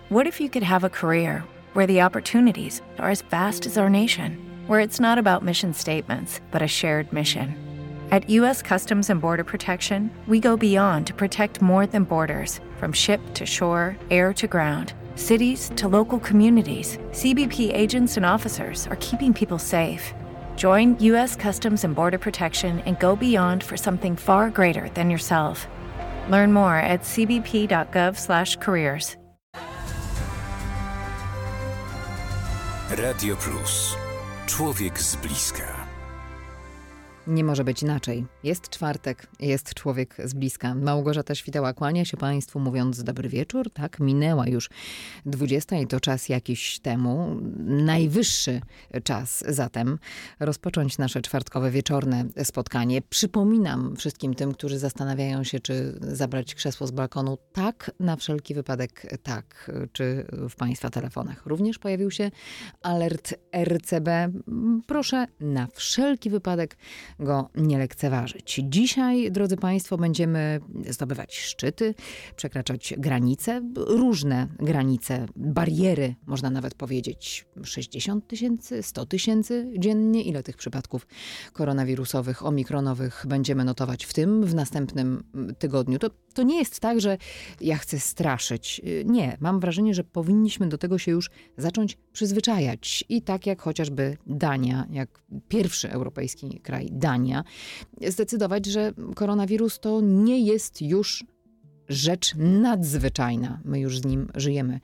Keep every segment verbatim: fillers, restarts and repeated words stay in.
What if you could have a career where the opportunities are as vast as our nation, where it's not about mission statements, but a shared mission? At U S Customs and Border Protection, we go beyond to protect more than borders. From ship to shore, air to ground, cities to local communities, C B P agents and officers are keeping people safe. Join U S Customs and Border Protection and go beyond for something far greater than yourself. Learn more at c b p dot gov slash careers. Radio Plus. Człowiek z bliska. Nie może być inaczej. Jest czwartek, jest człowiek z bliska. Małgorzata Świtała kłania się Państwu mówiąc dobry wieczór. Tak, minęła już dwudziesta i to czas jakiś temu. Najwyższy czas zatem rozpocząć nasze czwartkowe wieczorne spotkanie. Przypominam wszystkim tym, którzy zastanawiają się, czy zabrać krzesło z balkonu. Tak, na wszelki wypadek tak. Czy w Państwa telefonach również pojawił się alert R C B? Proszę na wszelki wypadek go nie lekceważyć. Dzisiaj, drodzy Państwo, będziemy zdobywać szczyty, przekraczać granice, różne granice, bariery, można nawet powiedzieć sześćdziesiąt tysięcy, sto tysięcy dziennie. Ile tych przypadków koronawirusowych, omikronowych będziemy notować w tym, w następnym tygodniu? To, to nie jest tak, że ja chcę straszyć. Nie, mam wrażenie, że powinniśmy do tego się już zacząć przyzwyczajać. I tak jak chociażby Dania, jak pierwszy europejski kraj Dania, zdecydować, że koronawirus to nie jest już rzecz nadzwyczajna. My już z nim żyjemy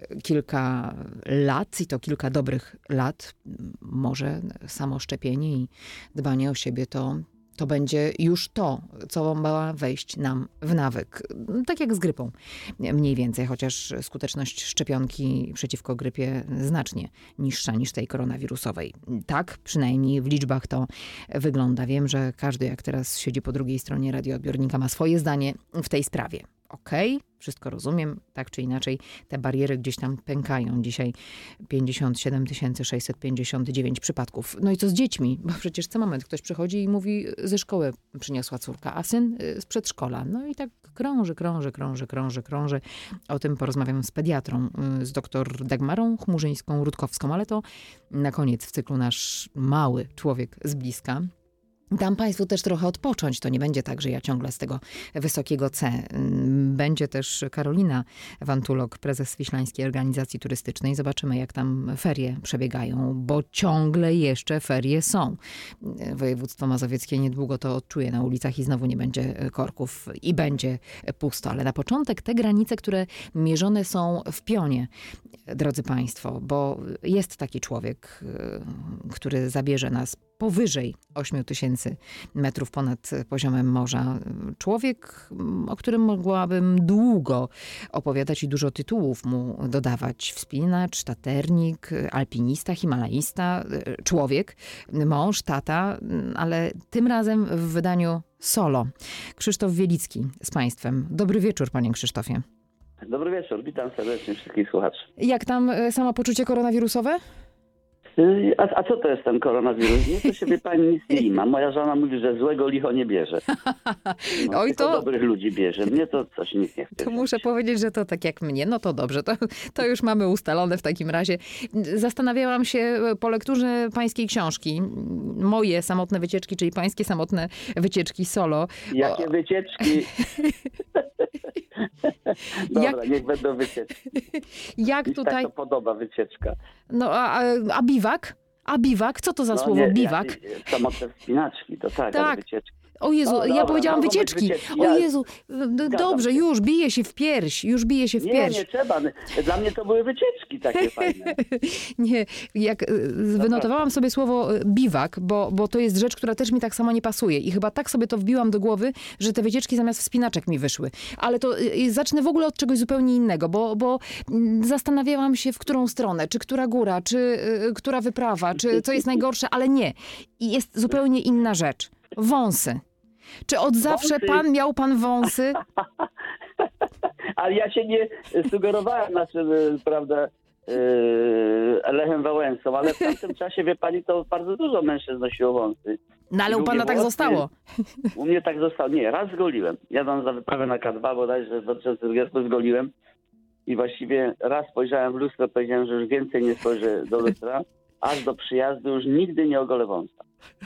kilka lat i to kilka dobrych lat. Może samo szczepienie i dbanie o siebie to To będzie już to, co ma wejść nam w nawyk. Tak jak z grypą mniej więcej, chociaż skuteczność szczepionki przeciwko grypie znacznie niższa niż tej koronawirusowej. Tak, przynajmniej w liczbach to wygląda. Wiem, że każdy jak teraz siedzi po drugiej stronie radioodbiornika ma swoje zdanie w tej sprawie. Okej, okay, wszystko rozumiem, tak czy inaczej te bariery gdzieś tam pękają. Dzisiaj pięćdziesiąt siedem tysięcy sześćset pięćdziesiąt dziewięć przypadków. No i co z dziećmi? Bo przecież co moment ktoś przychodzi i mówi, ze szkoły przyniosła córka, a syn z przedszkola. No i tak krąży, krąży, krąży, krąży, krąży. O tym porozmawiam z pediatrą, z doktor Dagmarą Chmurzyńską-Rutkowską, ale to na koniec w cyklu nasz mały człowiek z bliska. Dam Państwu też trochę odpocząć. To nie będzie tak, że ja ciągle z tego wysokiego C. Będzie też Karolina Wantulok, prezes Wiślańskiej Organizacji Turystycznej. Zobaczymy, jak tam ferie przebiegają, bo ciągle jeszcze ferie są. Województwo mazowieckie niedługo to odczuje na ulicach i znowu nie będzie korków i będzie pusto. Ale na początek te granice, które mierzone są w pionie, drodzy Państwo, bo jest taki człowiek, który zabierze nas powyżej ośmiu tysięcy metrów ponad poziomem morza. Człowiek, o którym mogłabym długo opowiadać i dużo tytułów mu dodawać. Wspinacz, taternik, alpinista, himalaista, człowiek, mąż, tata, ale tym razem w wydaniu solo. Krzysztof Wielicki z Państwem. Dobry wieczór, panie Krzysztofie. Dobry wieczór, witam serdecznie wszystkich słuchaczy. Jak tam samopoczucie koronawirusowe? A, a co to jest ten koronawirus? Nie, to się pani nic nie ma. Moja żona mówi, że złego licho nie bierze. No, Oj, to dobrych ludzi bierze. Mnie to coś nic nie chce. To muszę powiedzieć, że to tak jak mnie. No to dobrze, to, to już mamy ustalone w takim razie. Zastanawiałam się po lekturze pańskiej książki. Moje samotne wycieczki, czyli pańskie samotne wycieczki solo. Jakie o... wycieczki? Dobra, jak... niech będą wycieczki. Jak Mi tutaj... tak to podoba wycieczka. No a, a biwak? A biwak? Co to za no, słowo nie, biwak? Ja, samotne wspinaczki, to tak, tak. ale wycieczki. O Jezu, no, ja dobra, powiedziałam wycieczki. wycieczki. O Ja Jezu, dobrze, się. już bije się w pierś, już bije się w nie, pierś. Nie, trzeba. Dla mnie to były wycieczki takie fajne. Nie, jak wynotowałam sobie słowo biwak, bo, bo to jest rzecz, która też mi tak samo nie pasuje i chyba tak sobie to wbiłam do głowy, że te wycieczki zamiast wspinaczek mi wyszły. Ale to zacznę w ogóle od czegoś zupełnie innego, bo, bo zastanawiałam się, w którą stronę, czy która góra, czy która wyprawa, czy co jest najgorsze, ale nie. I jest zupełnie inna rzecz. Wąsy. Czy od zawsze Wąsy. pan miał pan wąsy? Ale ja się nie sugerowałem naszym, prawda, yy, Lechem Wałęsą, ale w tamtym czasie, wie pani, to bardzo dużo mężczyzn nosiło wąsy. No ale u pana tak włosy. zostało. U mnie tak zostało. Nie, raz zgoliłem. Jadąc za wyprawę na K dwa, bodajże w dwa tysiące dwudziestym zgoliłem. i właściwie raz spojrzałem w lustro, powiedziałem, że już więcej nie spojrzę do lustra, aż do przyjazdu już nigdy nie ogolę wąsa.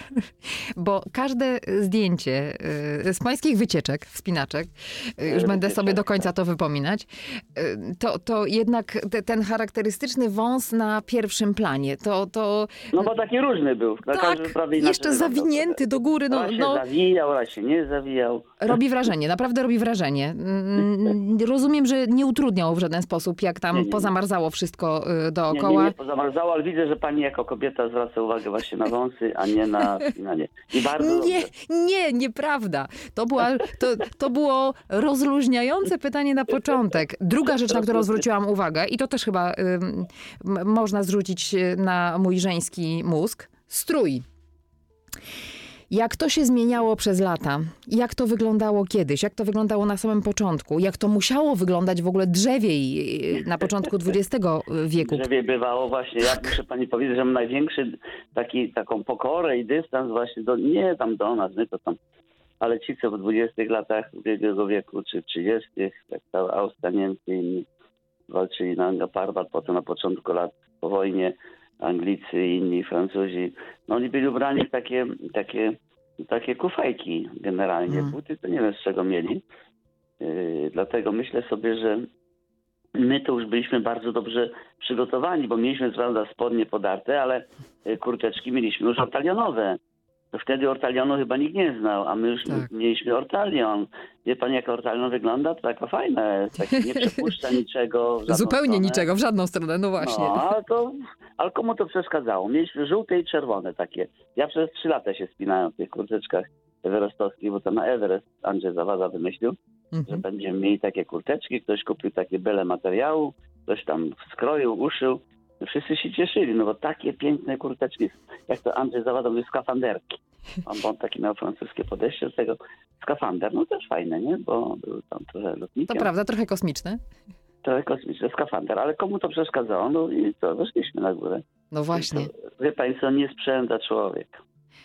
Bo każde zdjęcie y, z pańskich wycieczek, wspinaczek, y, już będę sobie do końca to wypominać, y, to, to jednak te, ten charakterystyczny wąs na pierwszym planie, to... to no bo taki różny był. Na tak, jeszcze zawinięty do góry. No, raz się no, zawijał, raz się nie zawijał. Robi wrażenie, naprawdę robi wrażenie. Rozumiem, że nie utrudniał w żaden sposób, jak tam nie, nie, pozamarzało wszystko dookoła. Nie, nie, nie pozamarzało, ale widzę, że pani jako kobieta zwraca uwagę właśnie na wąsy, a nie na spinanie. I bardzo nie, dobrze. nie, nieprawda. To, była, to, to było rozluźniające pytanie na początek. Druga rzecz, na którą zwróciłam uwagę, i to też chyba y, można zrzucić na mój żeński mózg, strój. Jak to się zmieniało przez lata? Jak to wyglądało kiedyś? Jak to wyglądało na samym początku? Jak to musiało wyglądać w ogóle drzewiej na początku dwudziestego wieku? Drzewiej bywało właśnie. Ja muszę pani powiedzieć, że mam największy taki, taką pokorę i dystans właśnie do, nie tam do nas, my to tam, ale ci, co w dwudziestych latach ubiegłego wieku, czy trzydziestych, jak ta Austria, Niemcy i inni walczyli na Nanga Parbat, potem na początku lat po wojnie, Anglicy i inni Francuzi, no oni byli ubrani w takie, takie, takie kufajki generalnie. Hmm. Buty to nie wiem z czego mieli. Yy, dlatego myślę sobie, że my to już byliśmy bardzo dobrze przygotowani, bo mieliśmy co prawda spodnie podarte, ale kurteczki mieliśmy już ortalionowe. Wtedy ortalionu chyba nikt nie znał, a my już tak. mieliśmy ortalion. Wie pani, jak ortalion wygląda? To taka fajna jest. Tak nie przepuszcza niczego. Zupełnie stronę. niczego, w żadną stronę, no właśnie. No, ale, to, ale komu to przeszkadzało? Mieliśmy żółte i czerwone takie. Ja przez trzy lata się spinałem w tych kurteczkach everestowskich, bo to na Everest Andrzej Zawada wymyślił, mhm. że będziemy mieli takie kurteczki. Ktoś kupił takie byle materiału, ktoś tam skroił, uszył. Wszyscy się cieszyli, no bo takie piękne kurteczki, jak to Andrzej Zawada mówił, skafanderki. On, on taki miał francuskie podejście do tego. Skafander, no też fajne, nie? Bo był tam trochę lotnikiem. To prawda, trochę kosmiczne. Trochę kosmiczne, skafander, ale komu to przeszkadzało? No i co, weszliśmy na górę. No właśnie. To, wie pani co, nie sprzęt, a człowiek.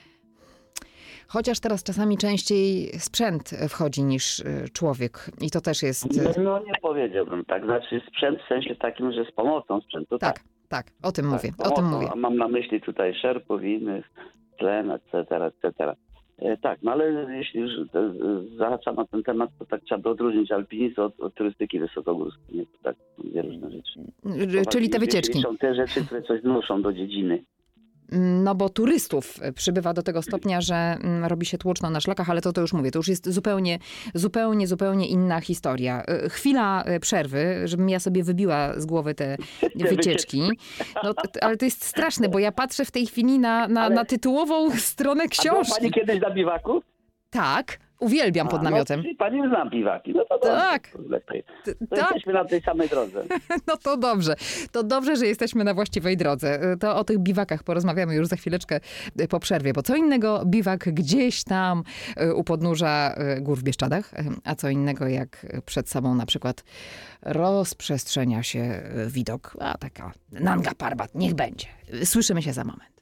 Chociaż teraz czasami częściej sprzęt wchodzi niż człowiek. I to też jest... No nie powiedziałbym tak. Znaczy sprzęt w sensie takim, że z pomocą sprzętu. Tak, tak, tak. O tym tak, mówię. Pomocą, o tym mówię. A mam na myśli tutaj szerpów i innych, tlen, et cetera, et cetera. E, tak, no ale jeśli już zahaczam na ten temat, to tak trzeba by odróżnić alpinizm od, od turystyki wysokogórskiej. Nie? To tak dwie różne rzeczy. Czyli te wycieczki. Są te rzeczy, które coś wnoszą do dziedziny. No bo turystów przybywa do tego stopnia, że robi się tłoczno na szlakach, ale to, to już mówię, to już jest zupełnie, zupełnie, zupełnie inna historia. Chwila przerwy, żebym ja sobie wybiła z głowy te, te wycieczki. No, ale to jest straszne, bo ja patrzę w tej chwili na, na, ale... na tytułową stronę książki. A była pani kiedyś na biwaku? Tak. Uwielbiam pod namiotem. No, pani zna biwaki. No to tak. Dobrze. To tak. Jesteśmy na tej samej drodze. No to dobrze. To dobrze, że jesteśmy na właściwej drodze. To o tych biwakach porozmawiamy już za chwileczkę po przerwie, bo co innego biwak gdzieś tam u podnóża gór w Bieszczadach, a co innego jak przed sobą na przykład rozprzestrzenia się widok, a taka Nanga Parbat, niech będzie. Słyszymy się za moment.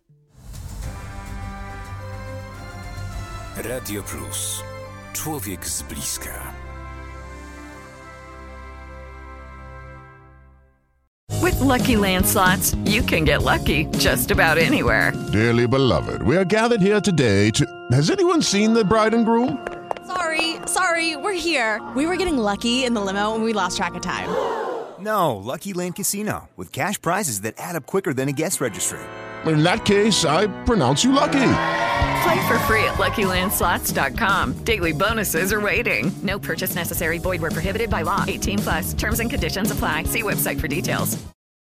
Radio Plus. Człowiek z bliska. With Lucky Land Slots, you can get lucky just about anywhere. Dearly beloved, we are gathered here today to... Has anyone seen the bride and groom? Sorry, sorry, we're here. We were getting lucky in the limo and we lost track of time. No, Lucky Land Casino, with cash prizes that add up quicker than a guest registry. In that case, I pronounce you lucky. Play for free at Lucky Land Slots dot com. Daily bonuses are waiting. No purchase necessary. Void where prohibited by law. eighteen plus. Terms and conditions apply. See website for details.